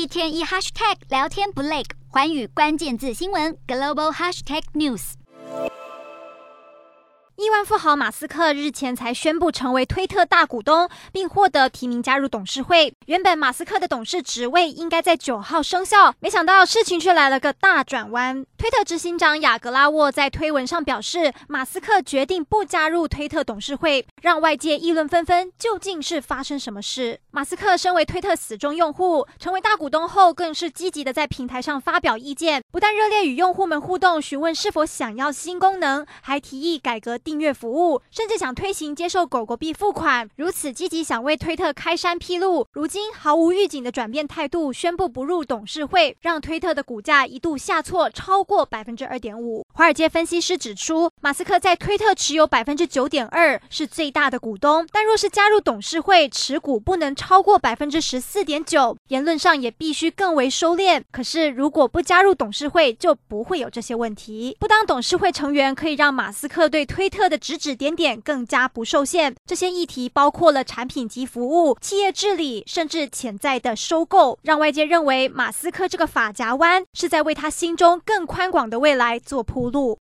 天一 hashtag 聊天不累，寰宇关键字新闻 global hashtag news。 亿万富豪马斯克日前才宣布成为推特大股东，并获得提名加入董事会。原本马斯克的董事职位应该在9号生效，没想到事情却来了个大转弯。推特执行长雅各拉沃在推文上表示，马斯克决定不加入推特董事会，让外界议论纷纷，究竟是发生什么事？马斯克身为推特死忠用户，成为大股东后，更是积极的在平台上发表意见，不但热烈与用户们互动，询问是否想要新功能，还提议改革订阅服务，甚至想推行接受狗狗币付款。如此积极想为推特开山辟路，如今毫无预警的转变态度，宣布不入董事会，让推特的股价一度下挫超过 2.5%。华尔街分析师指出，马斯克在推特持有 9.2%， 是最大的股东，但若是加入董事会，持股不能超过 14.9%， 言论上也必须更为收敛。可是如果不加入董事会，就不会有这些问题。不当董事会成员可以让马斯克对推特的指点更加不受限。这些议题包括了产品及服务、企业治理，甚至潜在的收购，让外界认为马斯克这个发夹弯是在为他心中更宽广的未来做铺路。